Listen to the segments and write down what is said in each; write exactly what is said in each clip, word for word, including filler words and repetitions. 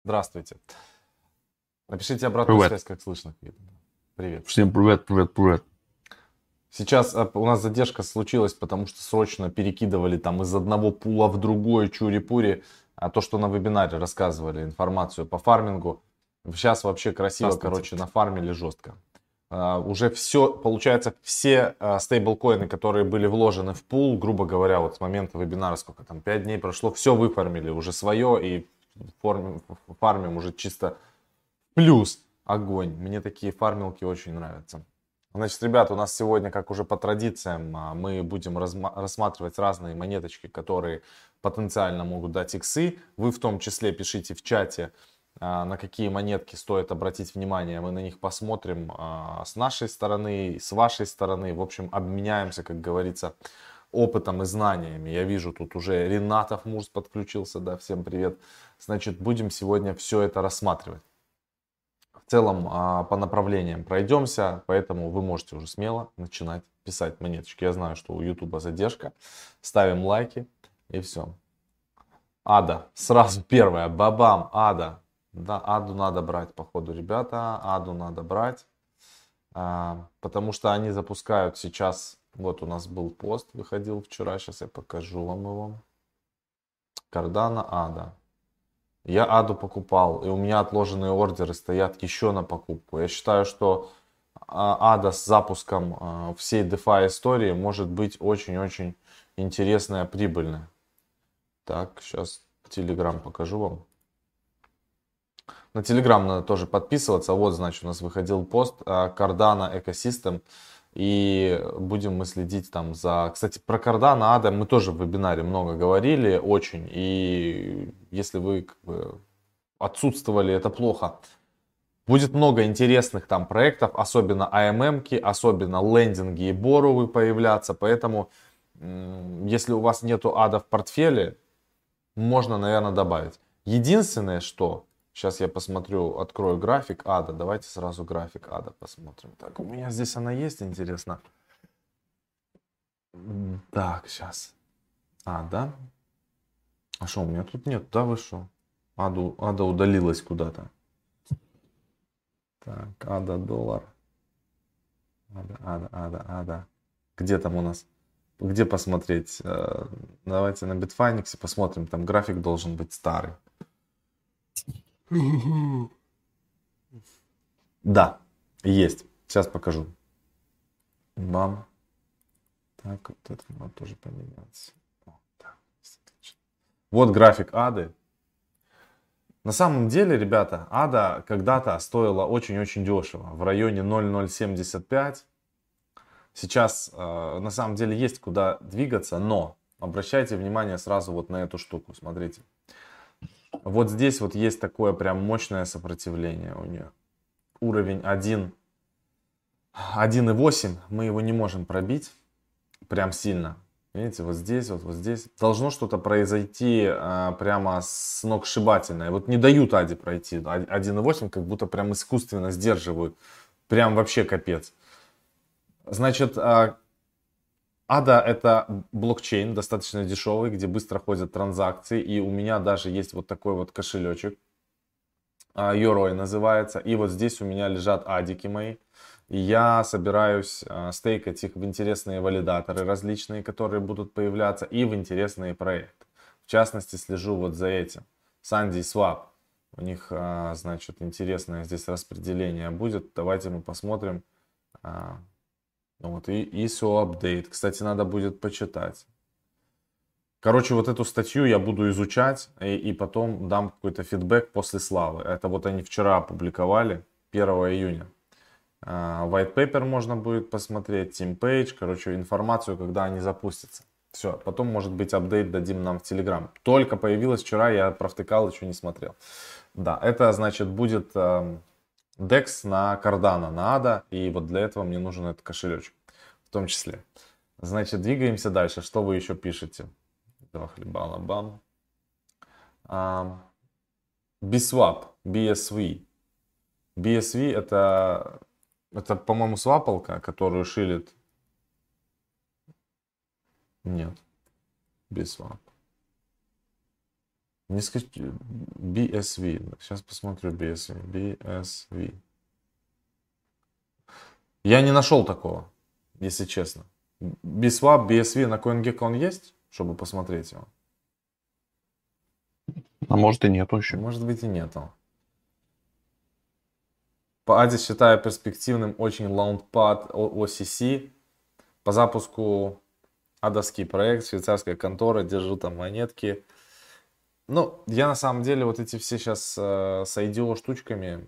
Здравствуйте. Напишите обратную Привет. связь, как слышно. Привет. Всем привет, привет, привет. Сейчас э, у нас задержка случилась, потому что срочно перекидывали там из одного пула в другой чури-пури. А то, что на вебинаре рассказывали информацию по фармингу. Сейчас вообще красиво, Здравствуйте. короче, нафармили жестко. А, уже все, получается, все а, стейблкоины, которые были вложены в пул, грубо говоря, вот с момента вебинара, сколько там, пять дней прошло, все выфармили уже свое и фармим, фармим уже чисто плюс. Огонь. Мне такие фармилки очень нравятся. Значит, ребят, у нас сегодня, как уже по традициям, а, мы будем рассматривать разные монеточки, которые потенциально могут дать иксы. Вы в том числе пишите в чате, а, на какие монетки стоит обратить внимание. Мы на них посмотрим а, с нашей стороны, с вашей стороны. В общем, обменяемся, как говорится, опытом и знаниями. Я вижу, тут уже Ренатов Мурс подключился. Да, всем привет. Значит, будем сегодня все это рассматривать. В целом а, по направлениям пройдемся, поэтому вы можете уже смело начинать писать монеточки. Я знаю, что у Ютуба задержка. Ставим лайки и все. Ада, сразу первая, бабам, Ада. Да, Аду надо брать, походу, ребята, Аду надо брать. А, потому что они запускают сейчас, вот у нас был пост, выходил вчера, сейчас я покажу вам его. Кардана, Ада. Я Аду покупал, и у меня отложенные ордеры стоят еще на покупку. Я считаю, что а, Ада с запуском а, всей DeFi истории может быть очень-очень интересная, прибыльная. Так, сейчас Telegram покажу вам. На Telegram надо тоже подписываться. Вот, значит, у нас выходил пост Cardano Ecosystem. И будем мы следить там за... Кстати, про Cardano, Ада мы тоже в вебинаре много говорили, очень. И если вы как бы отсутствовали, это плохо. Будет много интересных там проектов, особенно эй эм эм-ки, особенно лендинги и боровы появляться. Поэтому, если у вас нету ада в портфеле, можно, наверное, добавить. Единственное, что... Сейчас я посмотрю, открою график ада. Давайте сразу график ада посмотрим. Так, у меня здесь она есть, интересно. Так, сейчас. Ада. А что, у меня тут нет? Да вы что? Аду, ада удалилась куда-то. Так, ада, доллар. Ада, ада, ада, ада. Где там у нас? Где посмотреть? Давайте на Bitfinex посмотрим. Там график должен быть старый. Да, есть. Сейчас покажу. Бам. Так, вот это надо тоже поменяться. О, так, вот график ады. На самом деле, ребята, ада когда-то стоила очень-очень дешево. В районе ноль ноль семьдесят пять. Сейчас э, на самом деле есть куда двигаться, но обращайте внимание сразу вот на эту штуку. Смотрите. Вот здесь вот есть такое прям мощное сопротивление у нее. Уровень один. один и восемь. Мы его не можем пробить. Прям сильно. Видите, вот здесь, вот, вот здесь. Должно что-то произойти а, прямо сногсшибательное. Вот не дают Аде пройти. один и восемь как будто прям искусственно сдерживают. Прям вообще капец. Значит, а, Ада это блокчейн достаточно дешевый, где быстро ходят транзакции. И у меня даже есть вот такой вот кошелечек. Yoroi называется. И вот здесь у меня лежат адики мои. И я собираюсь э, стейкать их в интересные валидаторы различные, которые будут появляться, и в интересные проекты. В частности, слежу вот за этим. SandySwap. У них, э, значит, интересное здесь распределение будет. Давайте мы посмотрим. Э, вот, и ай эс о Update. Кстати, надо будет почитать. Короче, вот эту статью я буду изучать и, и потом дам какой-то фидбэк после славы. Это вот они вчера опубликовали, первого июня. Uh, white paper можно будет посмотреть, team page, короче, информацию, когда они запустятся. Все, потом, может быть, апдейт дадим нам в Telegram. Только появилась вчера, я провтыкал, еще не смотрел. Да, это, значит, будет uh, декс на Cardano, на ада, и вот для этого мне нужен этот кошелечек, в том числе. Значит, двигаемся дальше. Что вы еще пишете? Два хлебала, бам. Uh, BSwap, би эс ви. би эс ви это... Это, по-моему, свапалка, которую шилит. Нет. Без свап. Не скач... би эс ви. Сейчас посмотрю би эс ви. би эс ви. Я не нашел такого, если честно. Biswap, би эс ви на CoinGecko он есть, чтобы посмотреть его? А может и нету еще. Может быть и нету. По АДИ считаю перспективным очень Launchpad о си си. По запуску адовский проект, швейцарская контора, держу там монетки. Ну, я на самом деле вот эти все сейчас э, с ай ди о штучками,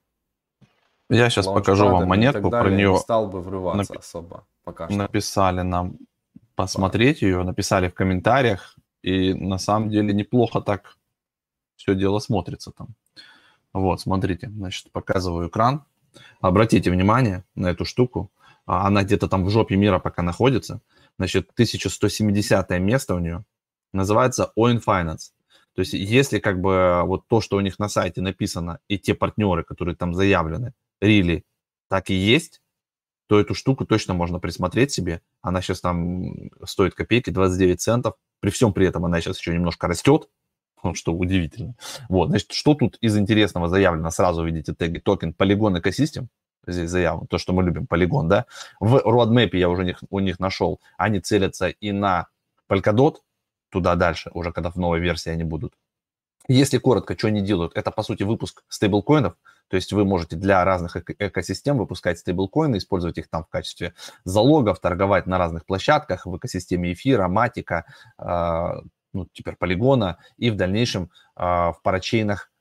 Я сейчас покажу вам монетку, далее, про нее не стал бы врываться напи- особо пока что. написали нам посмотреть ее, написали в комментариях, и на самом деле неплохо так все дело смотрится там. Вот, смотрите, значит, показываю экран. Обратите внимание на эту штуку. А, Она где-то там в жопе мира пока находится. Значит, тысяча сто семидесятое место у нее. Называется Oin Finance. То есть, если как бы вот то, что у них на сайте написано, и те партнеры, которые там заявлены, really, так и есть, то эту штуку точно можно присмотреть себе. Она сейчас там стоит копейки, двадцать девять центов. При всем при этом она сейчас еще немножко растет, что удивительно. Вот, значит, что тут из интересного заявлено? Сразу видите теги токен Polygon Ecosystem. Здесь заявлено, то, что мы любим, Polygon, да. В roadmap я уже у них, у них нашел. Они целятся и на Polkadot, туда дальше, уже когда в новой версии они будут. Если коротко, что они делают, это, по сути, выпуск стейблкоинов. То есть вы можете для разных эко- экосистем выпускать стейблкоины, использовать их там в качестве залогов, торговать на разных площадках в экосистеме эфира, матика, э, ну, теперь полигона, и в дальнейшем э, в парачейнах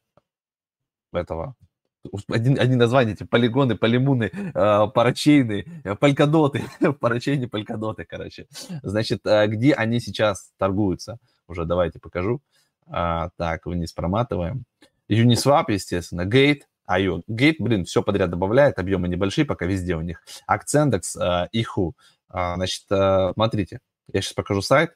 этого. Один, один название, эти полигоны, полимуны, э, парачейны, э, полькадоты, парачейны, полькадоты, короче. Значит, э, где они сейчас торгуются? Уже давайте покажу. А, так, вниз проматываем. Uniswap, естественно, Gate, ай о. Gate, блин, все подряд добавляет, объемы небольшие, пока везде у них. Accendex, э, Иху. А, значит, э, смотрите, я сейчас покажу сайт.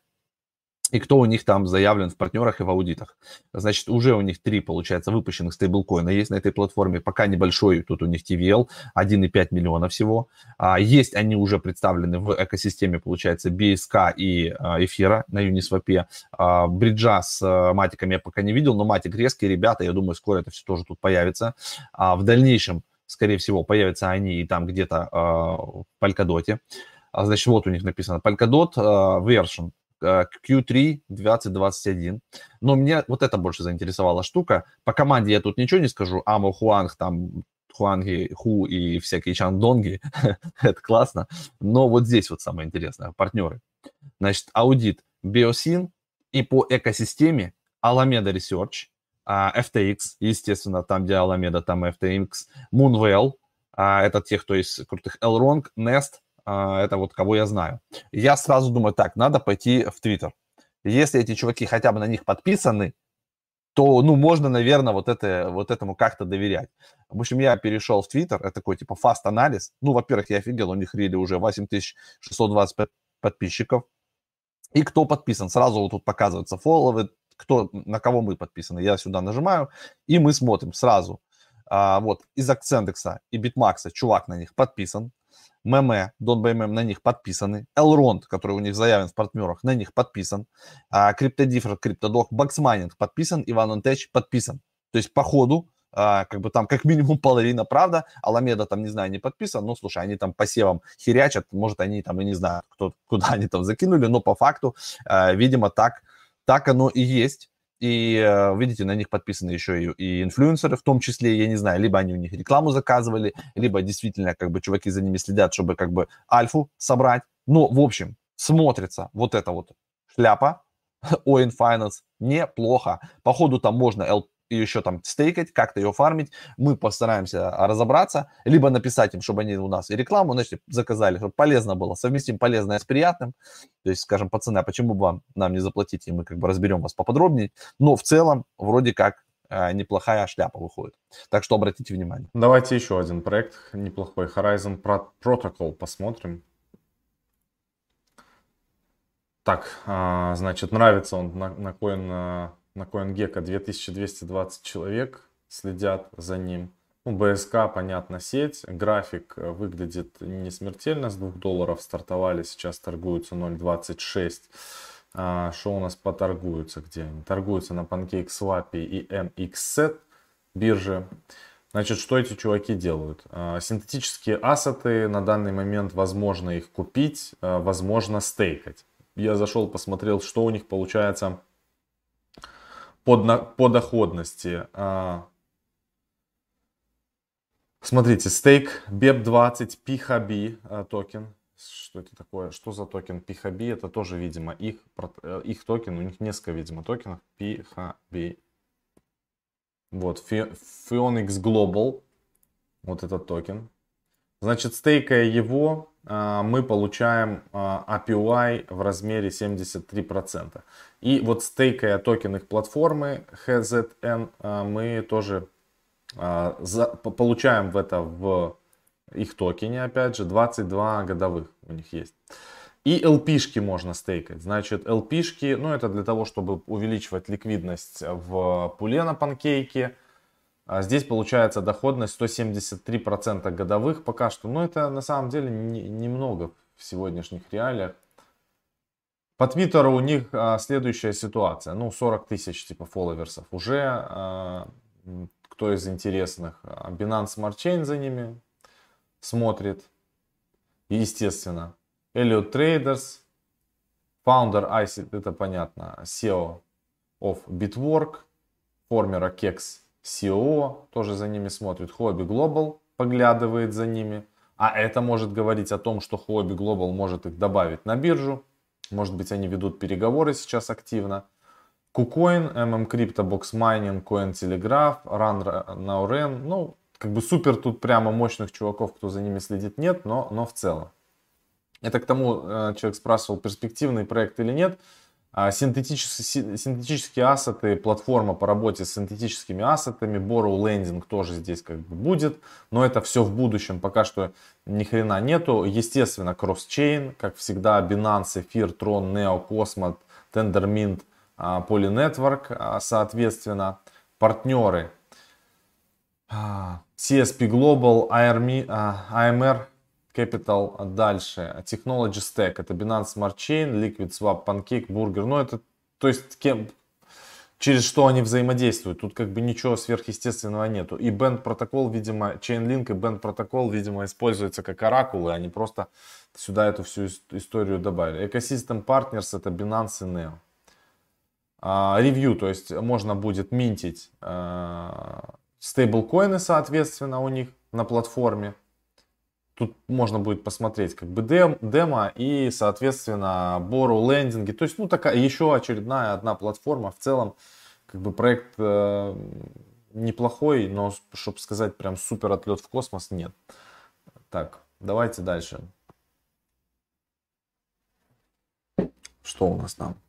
И кто у них там заявлен в партнерах и в аудитах. Значит, уже у них три, получается, выпущенных стейблкоина есть на этой платформе. Пока небольшой, тут у них ти ви эл, один и пять миллиона всего. А, есть они уже представлены в экосистеме, получается, би эс кей и а, эфира на Uniswap. А, бриджа с а, матиками я пока не видел, но матик резкий, ребята, я думаю, скоро это все тоже тут появится. А, в дальнейшем, скорее всего, появятся они и там где-то а, в Polkadot. А, значит, вот у них написано Polkadot а, version кью три двадцать двадцать один. Но меня вот это больше заинтересовала штука. По команде я тут ничего не скажу. Амо, Хуанг, там, Хуанги, Ху и всякие Чандонги. Это классно. Но вот здесь вот самое интересное. Партнеры. Значит, аудит Biosyn и по экосистеме Alameda Research, эф ти экс, естественно, там, где Alameda, там эф ти экс, Moonwell, это те, кто из крутых, Elrond, Nest, это вот кого я знаю. Я сразу думаю, так, надо пойти в Твиттер. Если эти чуваки хотя бы на них подписаны, то, ну, можно, наверное, вот, это, вот этому как-то доверять. В общем, я перешел в Твиттер, это такой, типа, фаст-анализ. Ну, во-первых, я офигел, у них рили уже восемь тысяч шестьсот двадцать пять подписчиков. И кто подписан, сразу вот тут показываются фолловы, кто, на кого мы подписаны. Я сюда нажимаю, и мы смотрим сразу. А, вот, из Accendex и Bitmax чувак на них подписан. Меме, DonBayMem на них подписаны. Elrond, который у них заявлен в партнерах, на них подписан. CryptoDiffer, CryptoDog, Boxmining подписан. Иван Онтеч подписан. То есть, по ходу, а, как бы там как минимум половина, правда. Alameda там, не знаю, не подписан. Ну, слушай, они там посевом херячат. Может, они там, и не знаю, кто, куда они там закинули. Но по факту, а, видимо, так, так оно и есть. И, видите, на них подписаны еще и, и инфлюенсеры, в том числе, я не знаю, либо они у них рекламу заказывали, либо действительно, как бы, чуваки за ними следят, чтобы, как бы, альфу собрать. Но, в общем, смотрится вот эта вот шляпа Oin Finance неплохо. Походу, там можно L еще там стейкать, как-то ее фармить. Мы постараемся разобраться, либо написать им, чтобы они у нас и рекламу, значит, заказали, чтобы полезно было, совместим полезное с приятным. То есть, скажем, пацаны, а почему бы вам нам не заплатить, и мы как бы разберем вас поподробнее. Но в целом, вроде как, э, неплохая шляпа выходит. Так что обратите внимание. Давайте еще один проект неплохой. Horizon Protocol посмотрим. Так, а, значит, нравится он на, на, Coin, на CoinGecko. две тысячи двести двадцать человек следят за ним. Ну, би эс кей, понятно, сеть. График выглядит не смертельно. С двух долларов стартовали, сейчас торгуются ноль двадцать шесть. А, что у нас поторгуются, где они? Торгуются на PancakeSwap и эм икс зет бирже. Значит, что эти чуваки делают? А, синтетические ассеты, на данный момент возможно их купить, а, возможно стейкать. Я зашел, посмотрел, что у них получается по, по доходности. А, смотрите, стейк би и пи двадцать, пи эйч би токен. Что это такое? Что за токен пи эйч би? Это тоже, видимо, их, их токен. У них несколько, видимо, токенов пи эйч би. Вот, Phoenix Global. Вот этот токен. Значит, стейкая его, мы получаем эй пи ай в размере семьдесят три процента. И вот стейкая токен их платформы эйч зет эн, мы тоже получаем в это в их токене, опять же, двадцать два годовых у них есть. И эл пи-шки можно стейкать. Значит, эл пи-шки, ну это для того, чтобы увеличивать ликвидность в пуле на панкейке. А здесь получается доходность сто семьдесят три процента годовых пока что. Но это на самом деле немного в сегодняшних реалиях. По Твиттеру у них а, следующая ситуация. Ну, сорок тысяч типа фолловерсов уже. А, кто из интересных? Binance Smart Chain за ними смотрит. Естественно. Elliott Traders. Founder ай си, это понятно. си и о of Bitwork. Формера Kex. си и о тоже за ними смотрит. Huobi Global поглядывает за ними. А это может говорить о том, что Huobi Global может их добавить на биржу. Может быть, они ведут переговоры сейчас активно. KuCoin, эм эм Crypto, Box Mining, Cointelegraph, Run.Now.Ren. Ну, как бы супер тут прямо мощных чуваков, кто за ними следит, нет, но, но в целом. Это к тому, человек спрашивал, перспективный проект или нет. Синтетические, синтетические ассеты, платформа по работе с синтетическими ассетами, Borrow Lending тоже здесь как бы будет, но это все в будущем, пока что ни хрена нету. Естественно, кросс-чейн, как всегда, Binance, Эфир, Tron, Neo, Cosmos, Tendermint, Poly Network, соответственно, партнеры си эс пи Global, эй эм ар Capital, дальше Technology Stack, это Binance Smart Chain, Liquid Swap, Pancake, Burger, ну это, то есть кем, через что они взаимодействуют, тут как бы ничего сверхъестественного нету. И Band Protocol, видимо, Chainlink и Band Protocol, видимо, используются как оракулы, они просто сюда эту всю историю добавили. Ecosystem Partners, это Binance и Neo. Ревью, uh, то есть можно будет минтить uh, стейблкоины, соответственно, у них на платформе. Тут можно будет посмотреть как бы дем, демо и, соответственно, Borrow лендинги. То есть, ну, такая еще очередная одна платформа. В целом, как бы проект э, неплохой, но, чтобы сказать, прям супер отлет в космос, нет. Так, давайте дальше. Что у нас там?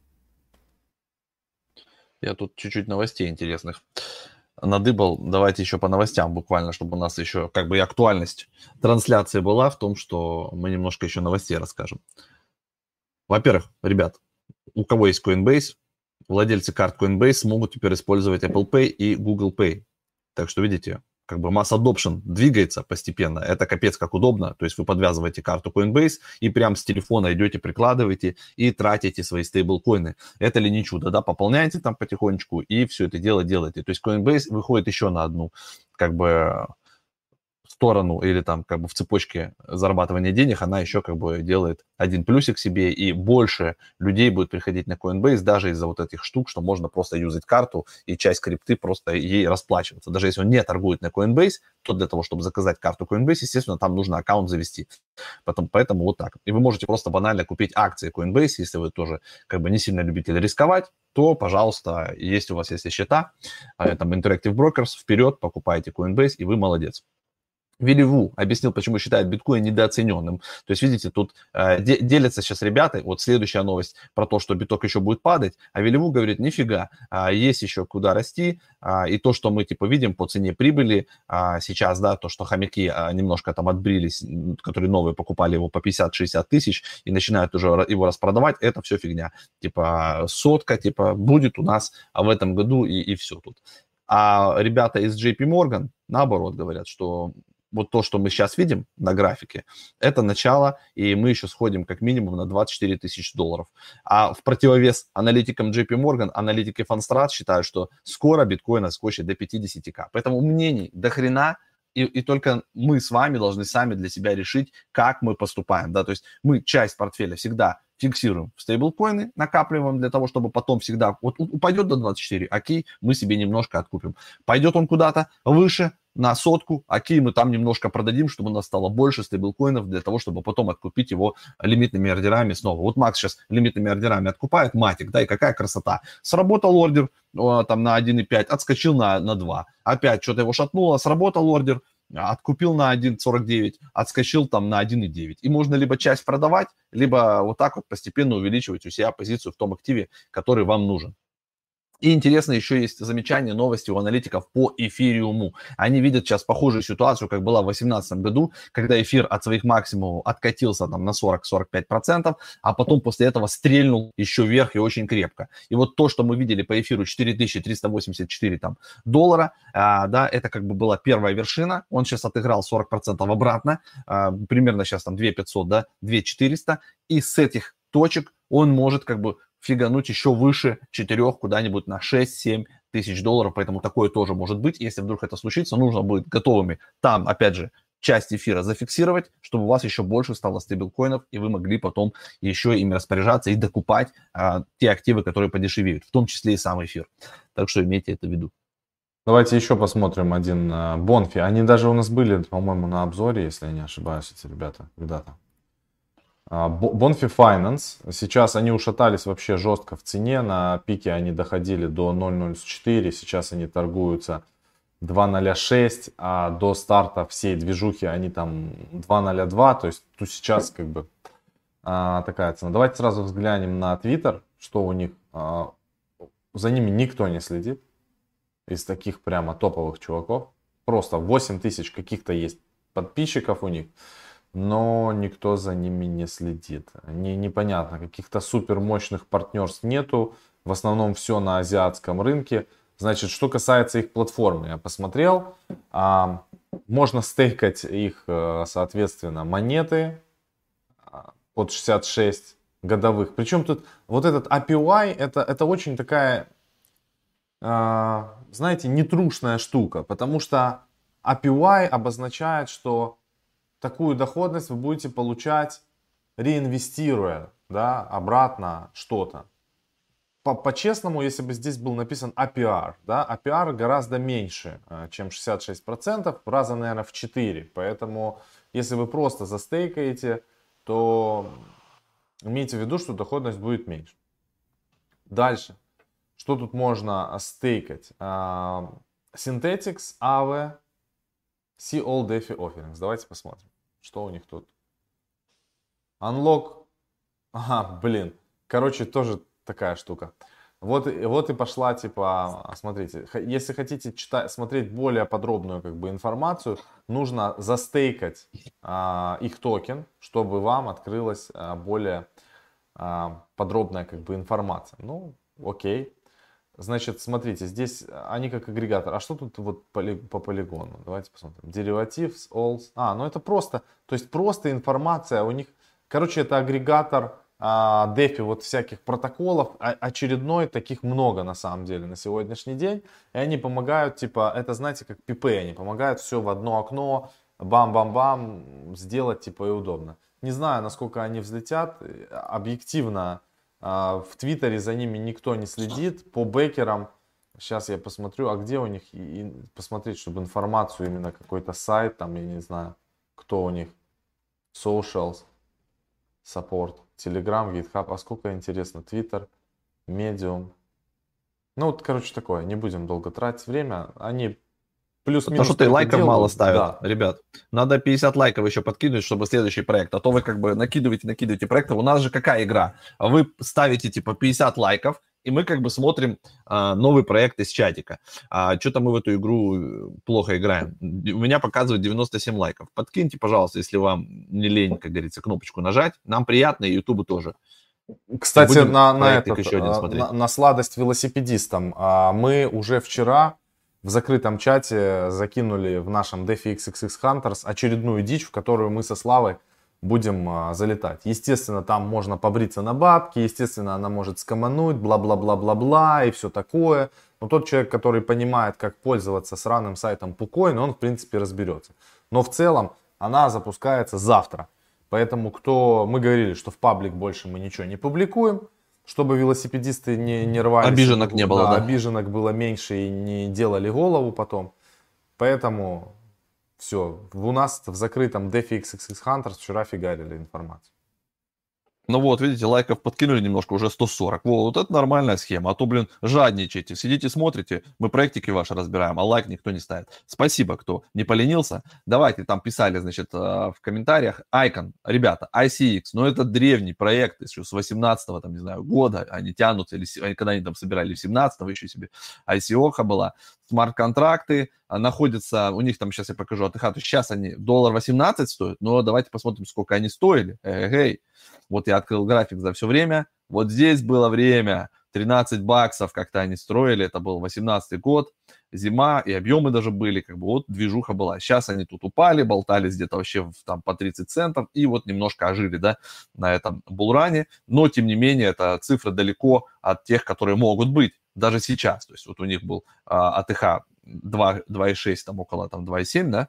Я тут чуть-чуть новостей интересных надыбал. Давайте еще по новостям буквально, чтобы у нас еще как бы и актуальность трансляции была в том, что мы немножко еще новостей расскажем. Во-первых, ребят, у кого есть Coinbase, владельцы карт Coinbase могут теперь использовать Apple Pay и Google Pay. Так что, видите, как бы mass adoption двигается постепенно. Это капец как удобно. То есть вы подвязываете карту Coinbase и прям с телефона идете, прикладываете и тратите свои стейблкоины. Это ли не чудо, да? Пополняете там потихонечку и все это дело делаете. То есть Coinbase выходит еще на одну как бы сторону или там как бы в цепочке зарабатывания денег, она еще как бы делает один плюсик себе, и больше людей будет приходить на Coinbase даже из-за вот этих штук, что можно просто юзать карту и часть крипты просто ей расплачиваться. Даже если он не торгует на Coinbase, то для того, чтобы заказать карту Coinbase, естественно, там нужно аккаунт завести. Потом, поэтому вот так. И вы можете просто банально купить акции Coinbase, если вы тоже как бы не сильно любите рисковать, то, пожалуйста, если у вас есть счета, там Interactive Brokers, вперед, покупайте Coinbase, и вы молодец. Вилли Ву объяснил, почему считает биткоин недооцененным. То есть, видите, тут э, де- делятся сейчас ребята. Вот следующая новость про то, что биток еще будет падать. А Вилли Ву говорит, нифига, э, есть еще куда расти. Э, и то, что мы типа видим по цене прибыли э, сейчас, да, то, что хомяки э, немножко там отбрились, которые новые покупали его по пятьдесят-шестьдесят тысяч и начинают уже его распродавать, это все фигня. Типа сотка, типа будет у нас в этом году и, и все тут. А ребята из джей пи Morgan наоборот говорят, что вот то, что мы сейчас видим на графике, это начало, и мы еще сходим как минимум на двадцать четыре тысячи долларов. А в противовес аналитикам джей пи Morgan, аналитики Фанстrat считают, что скоро биткоин отскочит до пятьдесят тысяч. Поэтому мнений до хрена, и, и только мы с вами должны сами для себя решить, как мы поступаем. Да? То есть мы часть портфеля всегда фиксируем в стейблкоины, накапливаем для того, чтобы потом всегда, вот упадет до двадцати четырёх, окей, мы себе немножко откупим. Пойдет он куда-то выше, на сотку, окей, мы там немножко продадим, чтобы у нас стало больше стейблкоинов для того, чтобы потом откупить его лимитными ордерами снова. Вот Макс сейчас лимитными ордерами откупает матик, да, и какая красота. Сработал ордер о, там на один и пять, отскочил на, на два. Опять что-то его шатнуло, сработал ордер, откупил на один сорок девять, отскочил там на один и девять. И можно либо часть продавать, либо вот так вот постепенно увеличивать у себя позицию в том активе, который вам нужен. И интересно, еще есть замечания, новости у аналитиков по эфириуму. Они видят сейчас похожую ситуацию, как была в две тысячи восемнадцатом году, когда эфир от своих максимумов откатился там на сорок - сорок пять процентов, а потом после этого стрельнул еще вверх и очень крепко. И вот то, что мы видели по эфиру четыре тысячи триста восемьдесят четыре там, доллара, а, да, это как бы была первая вершина. Он сейчас отыграл сорок процентов обратно, а, примерно сейчас там две тысячи пятьсот, да, две тысячи четыреста. И с этих точек он может как бы фигануть еще выше четырех, куда-нибудь на шесть-семь тысяч долларов, поэтому такое тоже может быть. Если вдруг это случится, нужно будет готовыми там, опять же, часть эфира зафиксировать, чтобы у вас еще больше стало стейблкоинов, и вы могли потом еще ими распоряжаться и докупать а, те активы, которые подешевеют, в том числе и сам эфир. Так что имейте это в виду. Давайте еще посмотрим один Бонфи. Они даже у нас были, по-моему, на обзоре, если я не ошибаюсь, эти ребята, когда-то. Бонфи Finance, сейчас они ушатались вообще жестко в цене, на пике они доходили до ноль целых ноль четыре, сейчас они торгуются два ноль шесть, а до старта всей движухи они там два ноль два, то есть тут сейчас как бы а, такая цена. Давайте сразу взглянем на Twitter, что у них, а, за ними никто не следит, из таких прямо топовых чуваков, просто восемь тысяч каких-то есть подписчиков у них. Но никто за ними не следит. Не, непонятно, каких-то супер мощных партнерств нету. В основном все на азиатском рынке. Значит, что касается их платформы, я посмотрел. А, можно стейкать их, соответственно, монеты под шестьдесят шесть годовых. Причем тут вот этот эй пи ай, это, это очень такая, а, знаете, нетрушная штука. Потому что эй пи ай обозначает, что такую доходность вы будете получать, реинвестируя, да, обратно что-то. По-честному, если бы здесь был написан эй пи ар, да, эй пи ар гораздо меньше, чем шестьдесят шесть процентов, раза, наверное, в четыре. Поэтому, если вы просто застейкаете, то имейте в виду, что доходность будет меньше. Дальше. Что тут можно стейкать? Synthetix, эй ви, See all DeFi offerings. Давайте посмотрим, что у них тут. Unlock. Ага, блин. Короче, тоже такая штука. Вот, вот и пошла, типа, смотрите, если хотите читать, смотреть более подробную как бы информацию, нужно застейкать а, их токен, чтобы вам открылась а, более а, подробная как бы информация. Ну, окей. Значит, смотрите, здесь они как агрегатор. А что тут вот по, по полигону? Давайте посмотрим. Derivatives, alls. А, ну это просто, то есть просто информация у них. Короче, это агрегатор а, DeFi, вот всяких протоколов. А, очередной, таких много на самом деле на сегодняшний день. И они помогают, типа, это знаете, как пипы. Они помогают все в одно окно, бам-бам-бам, сделать, типа, и удобно. Не знаю, насколько они взлетят. Объективно, в Твиттере за ними никто не следит. По бэкерам, сейчас я посмотрю, а где у них, и посмотреть, чтобы информацию, именно какой-то сайт, там, я не знаю, кто у них, socials, support, Telegram, GitHub, а сколько интересно, Twitter, Medium. Ну, вот, короче, такое, не будем долго тратить время, они плюс-минус. Потому что ты лайков делают. мало ставят, Да. Ребят. Надо пятьдесят лайков еще подкинуть, чтобы следующий проект. А то вы как бы накидываете, накидываете проекты. У нас же какая игра? Вы ставите типа пятьдесят лайков, и мы как бы смотрим а, новый проект из чатика. А, что-то мы в эту игру плохо играем. У меня показывает девяносто семь лайков. Подкиньте, пожалуйста, если вам не лень, как говорится, кнопочку нажать. Нам приятно, и Ютубу тоже. Кстати, на, на, этот, еще один смотреть. на, на сладость велосипедистам. Мы уже вчера в закрытом чате закинули в нашем DeFi икс икс икс Hunters очередную дичь, в которую мы со Славой будем а, залетать. Естественно, там можно побриться на бабки, естественно, она может скомануть, бла-бла-бла-бла-бла и все такое. Но тот человек, который понимает, как пользоваться сраным сайтом PooCoin, он, в принципе, разберется. Но в целом она запускается завтра. Поэтому, кто мы говорили, что в паблик больше мы ничего не публикуем, чтобы велосипедисты не, не рвались. Обиженок не было, да. Обиженок было меньше и не делали голову потом. Поэтому все. У нас в закрытом DeFi икс икс икс Hunters вчера фигарили информацию. Ну вот, видите, лайков подкинули немножко, уже сто сорок. Во, вот это нормальная схема. А то, блин, жадничаете. Сидите, смотрите, мы проектики ваши разбираем, а лайк никто не ставит. Спасибо, кто не поленился. Давайте, там писали, значит, в комментариях. Icon, ребята, ай си икс, ну это древний проект, еще с восемнадцатого, там, не знаю, года. Они тянутся, или когда они там собирали в семнадцатом, еще себе ай си о-ха была. Смарт-контракты находятся, у них там, сейчас я покажу, эй ти эйч, сейчас они доллар восемнадцать стоят, но давайте посмотрим, сколько они стоили. Эй-эй. Вот я открыл график за все время. Вот здесь было время. тринадцать баксов как-то они строили. Это был восемнадцатый год. Зима. И объемы даже были. Как бы вот движуха была. Сейчас они тут упали. Болтались где-то вообще там по тридцать центов. И вот немножко ожили, да, на этом булране. Но, тем не менее, это цифры далеко от тех, которые могут быть даже сейчас. То есть вот у них был а, эй ти эйч два и шесть, там около там, два и семь, да,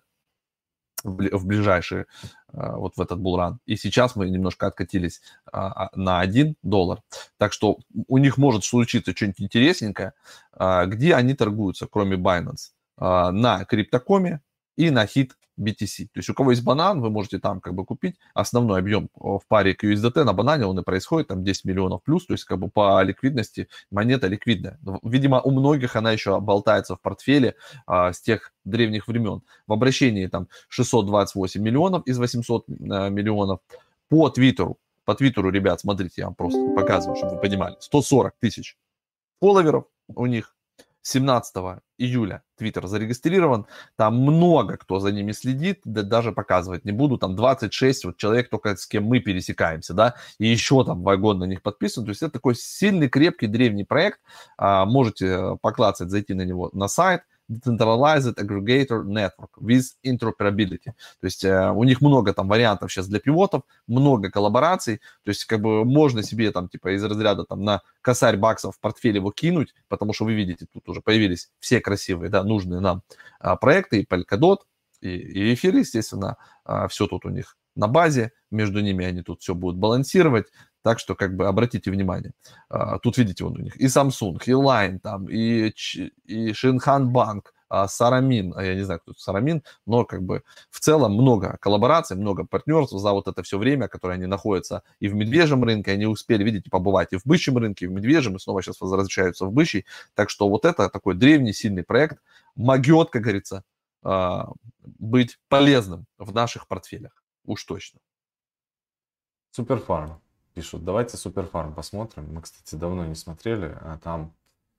в ближайшие, вот в этот булран. И сейчас мы немножко откатились на один доллар. Так что у них может случиться что-нибудь интересненькое. Где они торгуются, кроме Binance? На Криптокоме и на хит би ти си. То есть у кого есть банан, вы можете там как бы купить. Основной объем в паре кью эс ди ти на банане, он и происходит, там десять миллионов плюс. То есть как бы по ликвидности монета ликвидная. Видимо, у многих она еще болтается в портфеле а, с тех древних времен. В обращении там шестьсот двадцать восемь миллионов из восемьсот а, миллионов. По Твиттеру, по Твиттеру, ребят, смотрите, я вам просто показываю, чтобы вы понимали. сто сорок тысяч фолловеров у них. семнадцатого июля Твиттер зарегистрирован, там много кто за ними следит, да, даже показывать не буду, там двадцать шесть вот человек только с кем мы пересекаемся, да, и еще там вагон на них подписан, то есть это такой сильный, крепкий, древний проект, а, можете поклацать, зайти на него на сайт, Decentralized Aggregator Network with Interoperability. То есть э, у них много там вариантов сейчас для пивотов, много коллабораций. То есть как бы можно себе там типа из разряда там на косарь баксов в портфель его кинуть, потому что вы видите, тут уже появились все красивые, да, нужные нам а, проекты, и Polkadot, и, и эфир, естественно, а, все тут у них на базе, между ними они тут все будут балансировать. Так что, как бы, обратите внимание. Uh, тут, видите, вон у них и Samsung, и Line, там, и, и Шинхан Банк, uh, Сарамин, я не знаю, кто это Сарамин, но, как бы, в целом много коллабораций, много партнерств за вот это все время, которое они находятся и в медвежьем рынке, они успели, видите, побывать и в бычьем рынке, и в медвежьем, и снова сейчас возвращаются в бычий. Так что вот это такой древний, сильный проект, могет, как говорится, uh, быть полезным в наших портфелях. Уж точно. Суперфарм. Пишут, давайте Суперфарм посмотрим. Мы, кстати, давно не смотрели, а там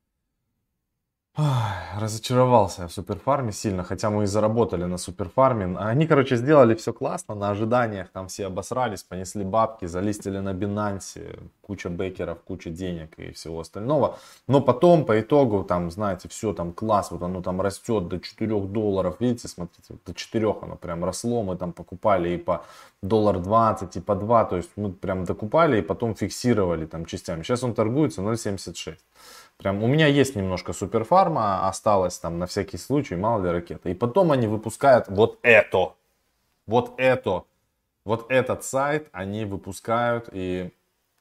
Ой, разочаровался я в Суперфарме сильно, хотя мы и заработали на Суперфарме. Они, короче, сделали все классно, на ожиданиях там все обосрались, понесли бабки, залистили на Binance, куча бекеров, куча денег и всего остального. Но потом, по итогу, там, знаете, все там класс, вот оно там растет до четырёх долларов, видите, смотрите, вот до четырёх оно прям росло, мы там покупали и по доллар двадцать, и по два, то есть мы прям докупали и потом фиксировали там частями. Сейчас он торгуется ноль семьдесят шесть. Прям у меня есть немножко Суперфарма, осталось там на всякий случай, мало ли ракета. И потом они выпускают вот это, вот это, вот этот сайт они выпускают. И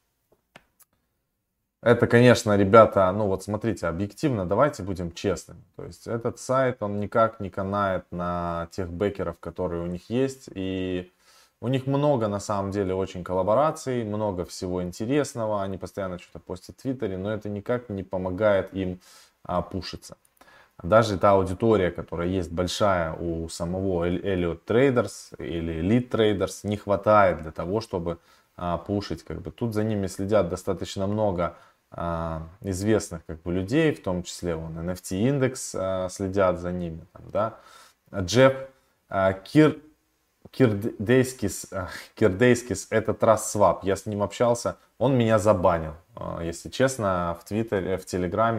это, конечно, ребята, ну вот смотрите, объективно, давайте будем честными. То есть этот сайт, он никак не канает на тех бекеров, которые у них есть. И у них много, на самом деле, очень коллабораций, много всего интересного. Они постоянно что-то постят в Твиттере, но это никак не помогает им а, пушиться. Даже та аудитория, которая есть большая у самого Elliott Traders или Elite Traders, не хватает для того, чтобы а, пушить. Как бы. Тут за ними следят достаточно много а, известных как бы, людей, в том числе вон, эн эф ти индекс а, следят за ними. Там, да? Джефф а, Кир... Кирдейскис, Кирдейскис, это Trust Swap. Я с ним общался, он меня забанил, если честно, в Твиттере, в Телеграме.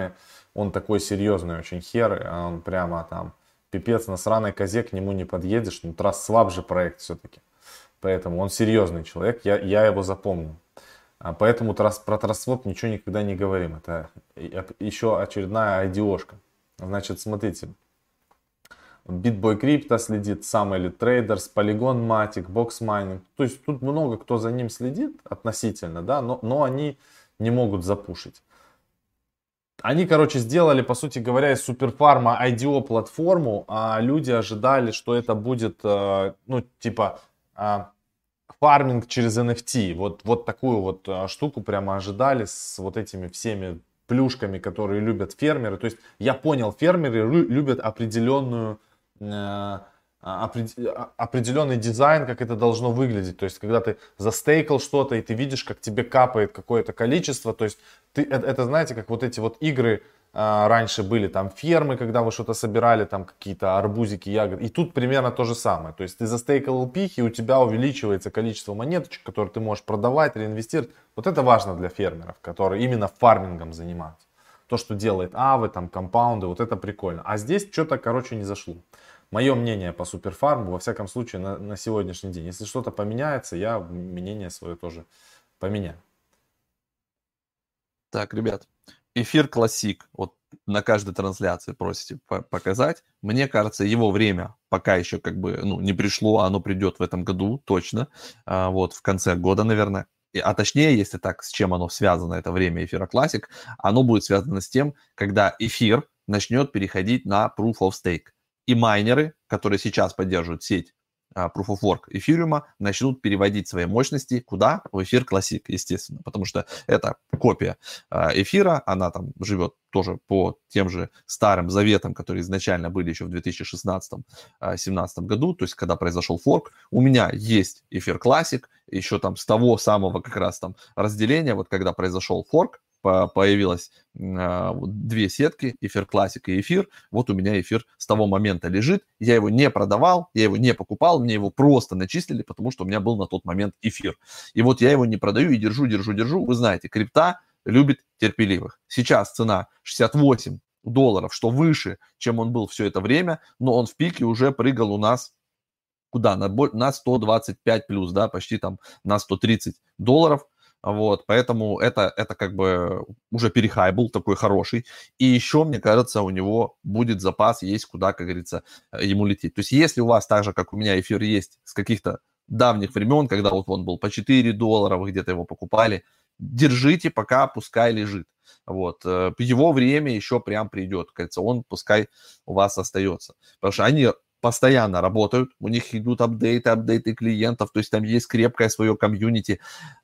он такой серьезный очень хер, он прямо там пипец на сраной козе, к нему не подъедешь, ну Trust же проект все-таки. Поэтому он серьезный человек, я, я его запомнил. А поэтому про TrustSwap ничего никогда не говорим. Это еще очередная ай ди о-шка. Значит, смотрите. BitBoy Crypto следит, сам Elite Traders, Polygon Matic, Box Mining. То есть тут много кто за ним следит относительно, да, но, но они не могут запушить. Они, короче, сделали, по сути говоря, из суперфарма ай ди о платформу, а люди ожидали, что это будет, ну, типа, фарминг через эн эф ти. Вот, вот такую вот штуку прямо ожидали с вот этими всеми плюшками, которые любят фермеры. То есть я понял, фермеры любят определенную, э, определенный дизайн, как это должно выглядеть. То есть когда ты застейкал что-то и ты видишь, как тебе капает какое-то количество. То есть ты, это, это знаете, как вот эти вот игры э, раньше были, там фермы, когда вы что-то собирали, там какие-то арбузики, ягоды. И тут примерно то же самое. То есть ты застейкал пихи, и у тебя увеличивается количество монеточек, которые ты можешь продавать, реинвестировать. Вот это важно для фермеров, которые именно фармингом занимаются. То, что делает Авы, там, компаунды, вот это прикольно. А здесь что-то, короче, не зашло. Мое мнение по суперфарму, во всяком случае, на, на сегодняшний день. Если что-то поменяется, я мнение свое тоже поменяю. Так, ребят, эфир классик. Вот на каждой трансляции просите показать. Мне кажется, его время пока еще как бы ну, не пришло, оно придет в этом году точно. А, вот в конце года, наверное. А точнее, если так, с чем оно связано, это время эфира классик, оно будет связано с тем, когда эфир начнет переходить на Proof of Stake. И майнеры, которые сейчас поддерживают сеть uh, Proof of Work эфириума, начнут переводить свои мощности куда? В эфир Classic, естественно. Потому что это копия uh, эфира, она там живет тоже по тем же старым заветам, которые изначально были еще в две тысячи шестнадцатом-две тысячи семнадцатом году, то есть когда произошел форк. У меня есть эфир Classic, еще там с того самого как раз там разделения, вот когда произошел форк, появилось э, две сетки, эфир классик и эфир. Вот у меня эфир с того момента лежит. Я его не продавал, я его не покупал, мне его просто начислили, потому что у меня был на тот момент эфир. И вот я его не продаю и держу, держу, держу. Вы знаете, крипта любит терпеливых. Сейчас цена шестьдесят восемь долларов, что выше, чем он был все это время, но он в пике уже прыгал у нас куда? На, на сто двадцать пять плюс, да, почти там на сто тридцать долларов. Вот, поэтому это, это как бы уже перехай был такой хороший. И еще, мне кажется, у него будет запас, есть куда, как говорится, ему лететь. То есть если у вас так же, как у меня, эфир есть с каких-то давних времен, когда вот он был по четыре доллара, вы где-то его покупали, держите, пока пускай лежит. Вот, его время еще прям придет, кажется, он пускай у вас остается. Потому что они постоянно работают, у них идут апдейты, апдейты клиентов, то есть там есть крепкое свое комьюнити.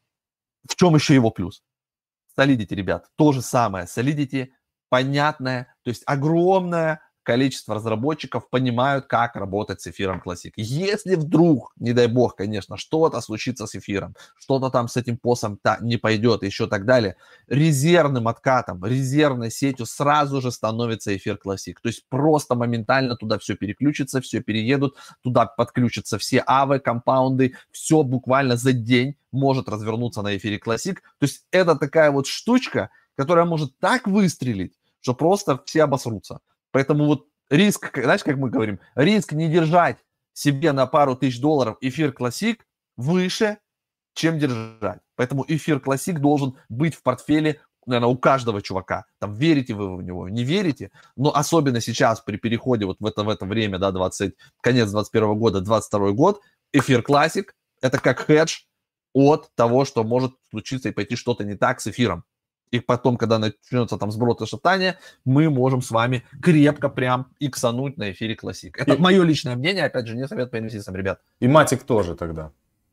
В чем еще его плюс? Solidity, ребят, то же самое. Solidity понятное, то есть огромное количество разработчиков понимают, как работать с эфиром Classic. Если вдруг, не дай бог, конечно, что-то случится с эфиром, что-то там с этим посом не пойдет, еще так далее, резервным откатом, резервной сетью сразу же становится эфир Classic. То есть просто моментально туда все переключится, все переедут, туда подключатся все авы, компаунды, все буквально за день может развернуться на эфире Classic. То есть это такая вот штучка, которая может так выстрелить, что просто все обосрутся. Поэтому вот риск, знаешь, как мы говорим, риск не держать себе на пару тысяч долларов эфир Classic выше, чем держать. Поэтому эфир Classic должен быть в портфеле, наверное, у каждого чувака. Там верите вы в него, не верите, но особенно сейчас при переходе вот в это, в это время, да, двадцать, конец двадцать первого года, двадцать второй год, эфир Classic это как хедж от того, что может случиться и пойти что-то не так с эфиром. И потом, когда начнется там сброд и шатание, мы можем с вами крепко прям иксануть на эфире Classic. Это и... мое личное мнение, опять же, не совет по инвестициям, ребят. И Matic тоже тогда.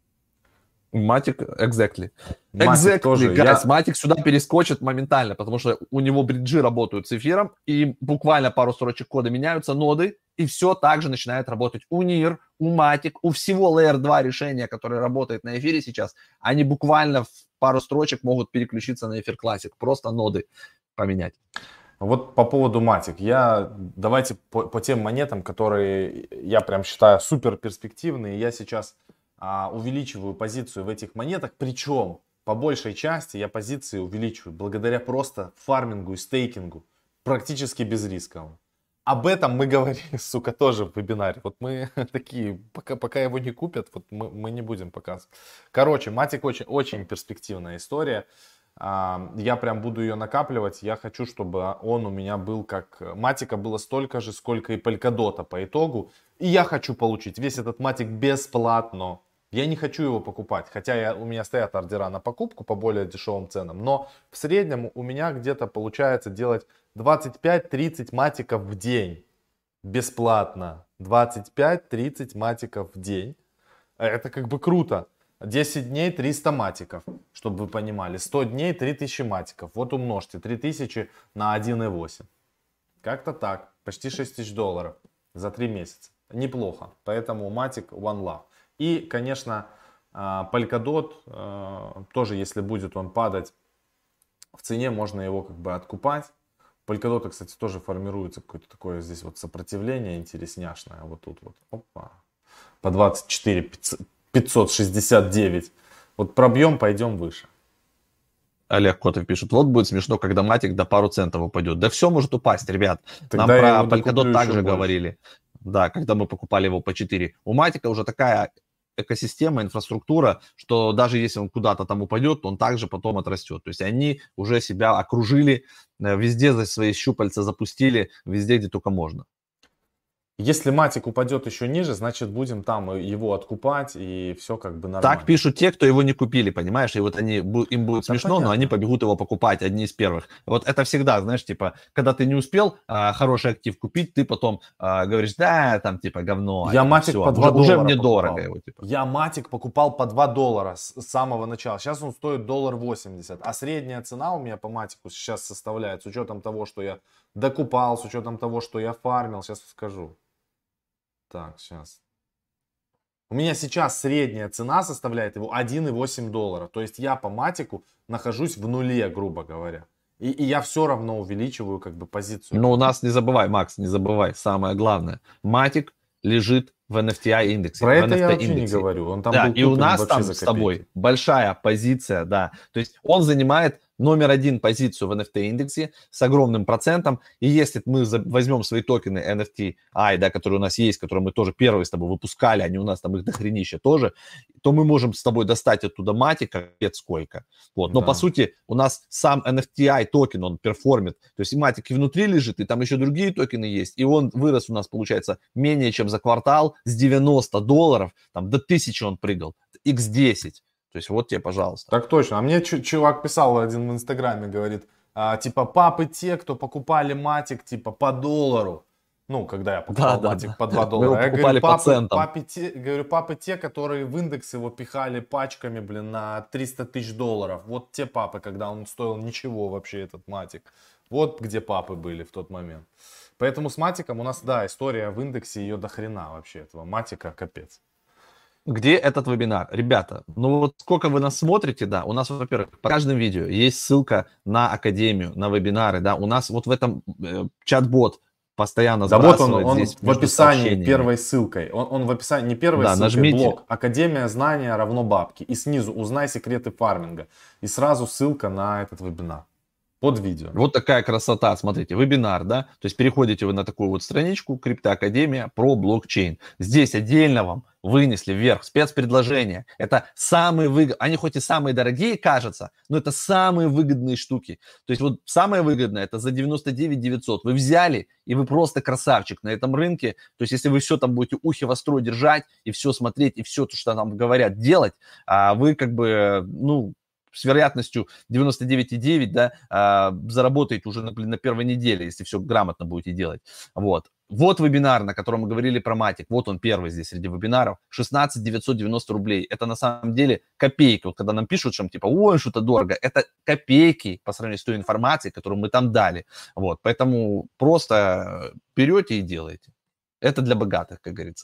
Matic, exactly. Matic exactly, тоже. Guys, Я... Matic сюда перескочит моментально, потому что у него бриджи работают с эфиром, и буквально пару строчек кода меняются, ноды, и все так же начинает работать у нир, у Matic, у всего лэйер два решения, которое работает на эфире сейчас, они буквально в пару строчек могут переключиться на эфир Classic, просто ноды поменять. Вот по поводу Matic, я давайте по, по тем монетам, которые я прям считаю супер перспективные, я сейчас а, увеличиваю позицию в этих монетах, причем по большей части я позиции увеличиваю благодаря просто фармингу и стейкингу. практически безрисковым. Об этом мы говорили, сука, тоже в вебинаре. Вот мы такие, пока, пока его не купят, вот мы, мы не будем показывать. Короче, Матик очень, очень перспективная история. Я прям буду ее накапливать. Я хочу, чтобы он у меня был как... Матика было столько же, сколько и Polkadot по итогу. И я хочу получить весь этот Матик бесплатно. Я не хочу его покупать, хотя я, у меня стоят ордера на покупку по более дешевым ценам, но в среднем у меня где-то получается делать двадцать пять тридцать матиков в день бесплатно. двадцать пять тридцать матиков в день. Это как бы круто. десять дней триста матиков, чтобы вы понимали. сто дней три тысячи матиков. Вот умножьте три тысячи на один и восемь. Как-то так. Почти шесть тысяч долларов за три месяца. Неплохо. Поэтому матик One Love. И, конечно, Polkadot, тоже если будет он падать в цене, можно его как бы откупать. Polkadot, кстати, тоже формируется какое-то такое здесь вот сопротивление интересняшное. Вот тут вот. Опа. По двадцать четыре пятьсот шестьдесят девять. Вот пробьем, пойдем выше. Олег Котов пишет, вот будет смешно, когда матик до пару центов упадет. Да все может упасть, ребят. Тогда нам про Polkadot также говорили. Да, когда мы покупали его по четыре. У матика уже такая экосистема, инфраструктура, что даже если он куда-то там упадет, то он также потом отрастет. То есть они уже себя окружили, везде за свои щупальца запустили, везде, где только можно. Если матик упадет еще ниже, значит будем там его откупать и все как бы нормально. Так пишут те, кто его не купили, понимаешь? И вот они, им будет да смешно, понятно. Но они побегут его покупать, одни из первых. Вот это всегда, знаешь, типа, когда ты не успел а, хороший актив купить, ты потом а, говоришь, да, там типа говно. Я матик все. по два уже, доллара уже мне покупал. дорого его. Типа. Я матик покупал по два доллара с, с самого начала. Сейчас он стоит доллар восемьдесят. А средняя цена у меня по матику сейчас составляет, с учетом того, что я докупал, с учетом того, что я фармил, сейчас скажу. Так, сейчас. У меня сейчас средняя цена составляет его один и восемь доллара. То есть я по матику нахожусь в нуле, грубо говоря. И, и я все равно увеличиваю как бы позицию. Но у нас, не забывай, Макс, не забывай, самое главное. Матик лежит в эн эф ти ай индексе. Про в это эн эф ти я вообще индексе. не говорю. Он там да, был и у нас там с тобой большая позиция, да. То есть он занимает номер один позицию в эн эф ти индексе с огромным процентом. И если мы возьмем свои токены эн эф ти ай, да, которые у нас есть, которые мы тоже первые с тобой выпускали, они у нас там их дохренища тоже, то мы можем с тобой достать оттуда матика, капец сколько. Вот. Но да. По сути у нас сам эн эф ти ай токен, он перформит. То есть и матик и внутри лежит, и там еще другие токены есть. И он вырос у нас, получается, менее чем за квартал с девяноста долларов, там до тысячи он прыгал, икс десять. То есть вот тебе, пожалуйста. Так точно. А мне чувак писал один в Инстаграме, говорит, а, типа папы те, кто покупали матик типа по доллару. Ну, когда я покупал да, матик да, по два доллара. Мы я покупали говорю, по центам. Папы те, говорю, папы те, которые в индекс его пихали пачками, блин, на триста тысяч долларов. Вот те папы, когда он стоил ничего вообще, этот матик. Вот где папы были в тот момент. Поэтому с матиком у нас, да, история в индексе, ее до хрена вообще, этого матика, капец. Где этот вебинар? Ребята, ну вот сколько вы нас смотрите, да, у нас, во-первых, по каждому видео есть ссылка на академию, на вебинары, да, у нас вот в этом э, чат-бот постоянно да сбрасывает вот он, он здесь в описании первой ссылкой, он, он в описании, не первой да, ссылкой, нажмите. Блог, Академия знания равно бабки, и снизу узнай секреты фарминга, и сразу ссылка на этот вебинар. Под видео. Вот такая красота, смотрите, вебинар, да, то есть переходите вы на такую вот страничку Криптоакадемия про блокчейн. Здесь отдельно вам вынесли вверх спецпредложения. Это самые выгодные, они хоть и самые дорогие, кажется, но это самые выгодные штуки. То есть вот самое выгодное, это за девяносто девять девятьсот. Вы взяли, и вы просто красавчик на этом рынке. То есть если вы все там будете ухи востро держать, и все смотреть, и все то, что нам говорят, делать, а вы как бы, ну, с вероятностью девяносто девять и девять, да, а, заработаете уже на, на первой неделе, если все грамотно будете делать. Вот. Вот вебинар, на котором мы говорили про матик. Вот он первый здесь среди вебинаров. шестнадцать тысяч девятьсот девяносто рублей. Это на самом деле копейки. Вот когда нам пишут, что типа, ой, что-то дорого. Это копейки по сравнению с той информацией, которую мы там дали. Вот. Поэтому просто берете и делаете. Это для богатых, как говорится.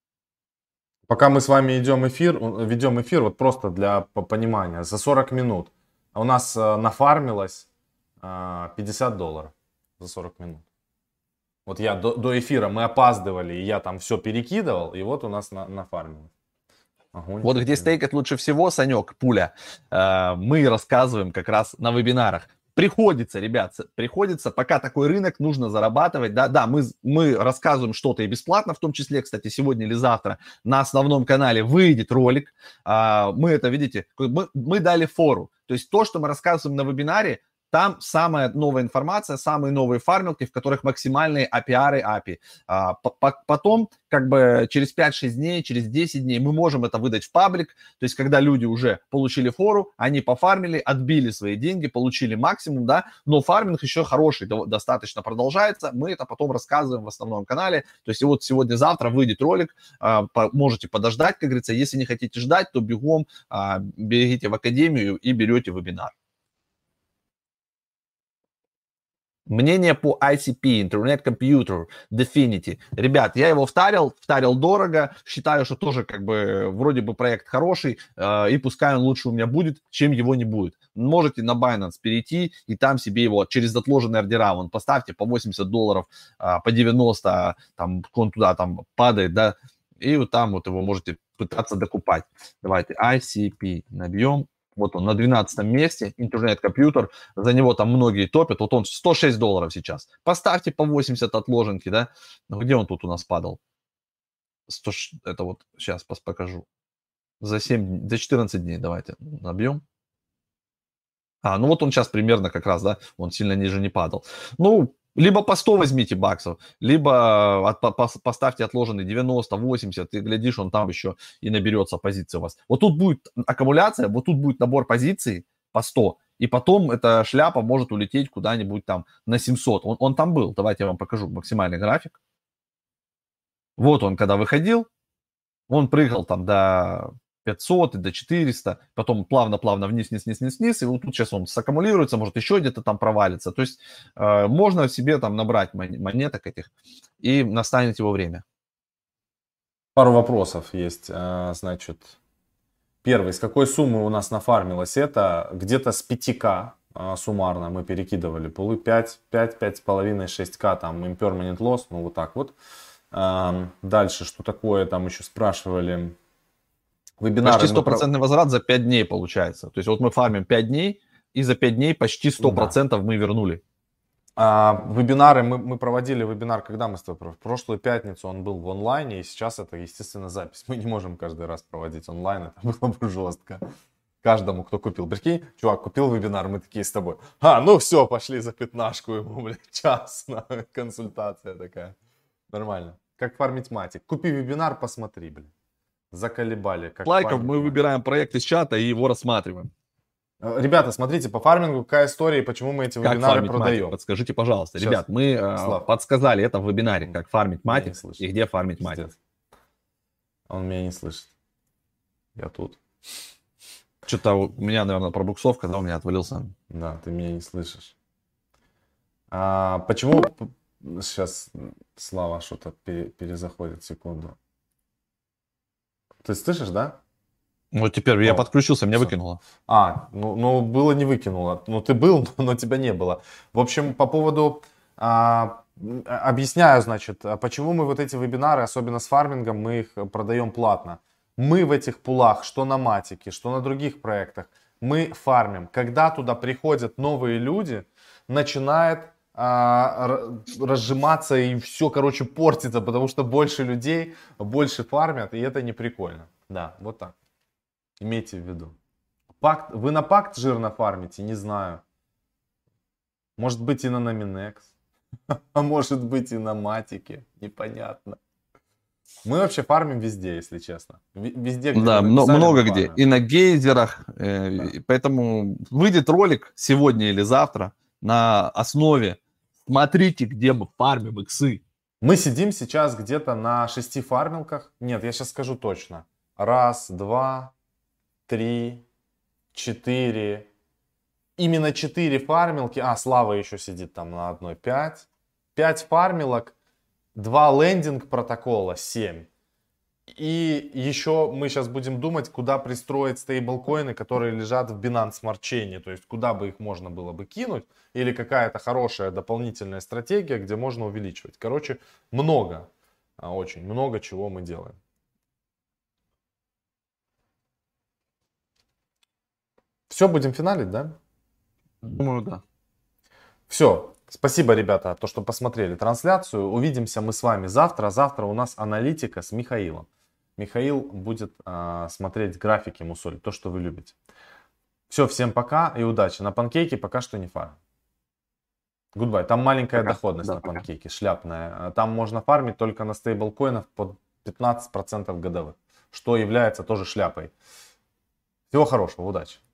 Пока мы с вами идем эфир, ведем эфир, вот просто для понимания, за сорок минут у нас нафармилось пятьдесят долларов за сорок минут. Вот я до, до эфира, мы опаздывали, и я там все перекидывал, и вот у нас на, нафармилось. Огонь. Вот где стейкать лучше всего, Санек, пуля, мы рассказываем как раз на вебинарах. приходится, ребят, приходится, пока такой рынок, нужно зарабатывать, да, да, мы, мы рассказываем что-то и бесплатно, в том числе, кстати, сегодня или завтра на основном канале выйдет ролик, а, мы это, видите, мы, мы дали фору, то есть то, что мы рассказываем на вебинаре, там самая новая информация, самые новые фармилки, в которых максимальные эй пи ай, эй пи ай. А, потом, как бы через пять-шесть дней, через десять дней мы можем это выдать в паблик. То есть, когда люди уже получили фору, они пофармили, отбили свои деньги, получили максимум, да, но фарминг еще хороший, достаточно продолжается. Мы это потом рассказываем в основном канале. То есть, и вот сегодня-завтра выйдет ролик, а, можете подождать, как говорится. Если не хотите ждать, то бегом а, бегите в академию и берете вебинар. Мнение по ай си пи, Internet Computer, Definity. Ребят, я его втарил, втарил дорого, считаю, что тоже как бы вроде бы проект хороший, э, и пускай он лучше у меня будет, чем его не будет. Можете на Binance перейти и там себе его через отложенные ордера, вон поставьте по восемьдесят долларов, э, по девяносто, там он туда там падает, да, и вот там вот его можете пытаться докупать. Давайте ай си пи набьем. Вот он на двенадцатом месте, интернет-компьютер, за него там многие топят, вот он сто шесть долларов сейчас. Поставьте по восемьдесят отложенки, да, ну, где он тут у нас падал? сто, это вот сейчас покажу. За семь, за четырнадцать дней давайте набьем. А, ну вот он сейчас примерно как раз, да, он сильно ниже не падал. Ну, либо по сто возьмите баксов, либо от, по, поставьте отложенный девяносто, восемьдесят, и глядишь, он там еще и наберется позиции у вас. Вот тут будет аккумуляция, вот тут будет набор позиций по сто, и потом эта шляпа может улететь куда-нибудь там на семьсот. Он, он там был, давайте я вам покажу максимальный график. Вот он, когда выходил, он прыгал там до пятьсот и до четырёхсот, потом плавно-плавно вниз, вниз, вниз, вниз, вниз, и вот тут сейчас он саккумулируется, может еще где-то там провалится. То есть э, можно себе там набрать монеток этих, и настанет его время. Пару вопросов есть, значит. Первый, с какой суммы у нас нафармилось это? Где-то с пяти ка суммарно мы перекидывали пулы, пять, пять, пять с половиной, шесть ка, там impermanent loss, ну вот так вот. Дальше, что такое, там еще спрашивали. Вебинары почти стопроцентный мы... возврат за пять дней получается. То есть вот мы фармим пять дней, и за пять дней почти сто процентов да. мы вернули. А, вебинары, мы, мы проводили вебинар, когда мы с тобой, в прошлую пятницу он был в онлайне, и сейчас это, естественно, запись. Мы не можем каждый раз проводить онлайн, это было бы жестко. Каждому, кто купил. Прикинь, чувак купил вебинар, мы такие с тобой. А, ну все, пошли за пятнашку ему, блядь, час на консультация такая. Нормально. Как фармить матик. Купи вебинар, посмотри, блядь. Заколебали. Как лайков мы выбираем проект из чата и его рассматриваем. Ребята, смотрите, по фармингу какая история и почему мы эти как вебинары продаем. Матик? Подскажите, пожалуйста. Сейчас. Ребят, мы Слав. подсказали это в вебинаре, как фармить матик и где фармить матик. Он меня не слышит. Я тут. Что-то у меня, наверное, пробуксовка, да, у меня отвалился. Да, ты меня не слышишь. А, почему... Сейчас Слава что-то перезаходит, секунду. Ты слышишь, да? Ну, теперь О, я подключился, меня все. выкинуло. А, ну, ну, было не выкинуло. Ну, ты был, но тебя не было. В общем, по поводу... А, объясняю, значит, почему мы вот эти вебинары, особенно с фармингом, мы их продаем платно. Мы в этих пулах, что на матике, что на других проектах, мы фармим. Когда туда приходят новые люди, начинает... разжиматься и все, короче, портится, потому что больше людей, больше фармят, и это не прикольно. Да, вот так. Имейте в виду. Пакт, вы на пакт жирно фармите? Не знаю. Может быть и на Nominex, а может быть и на матике, непонятно. Мы вообще фармим везде, если честно. Везде, где да, написали, много где. И на гейзерах. Э, да. Поэтому выйдет ролик сегодня или завтра на основе. Смотрите, где мы фармим иксы. Мы сидим сейчас где-то на шести фармилках. Нет, я сейчас скажу точно. Раз, два, три, четыре. Именно четыре фармилки. А, Слава еще сидит там на одной. Пять. Пять фармилок. Два лендинг протокола. Семь. И еще мы сейчас будем думать, куда пристроить стейблкоины, которые лежат в Binance Smart Chain. То есть, куда бы их можно было бы кинуть. Или какая-то хорошая дополнительная стратегия, где можно увеличивать. Короче, много. Очень много чего мы делаем. Все, будем финалить, да? Думаю, да. Все. Спасибо, ребята, то, что посмотрели трансляцию. Увидимся мы с вами завтра. Завтра у нас аналитика с Михаилом. Михаил будет а, смотреть графики мусоль, то, что вы любите. Все, всем пока и удачи. На панкейке пока что не фарм. Goodbye. Там маленькая Пока. доходность Да, на пока. панкейке, шляпная. Там можно фармить только на стейблкоинах под пятнадцать процентов годовых, что является тоже шляпой. Всего хорошего, удачи.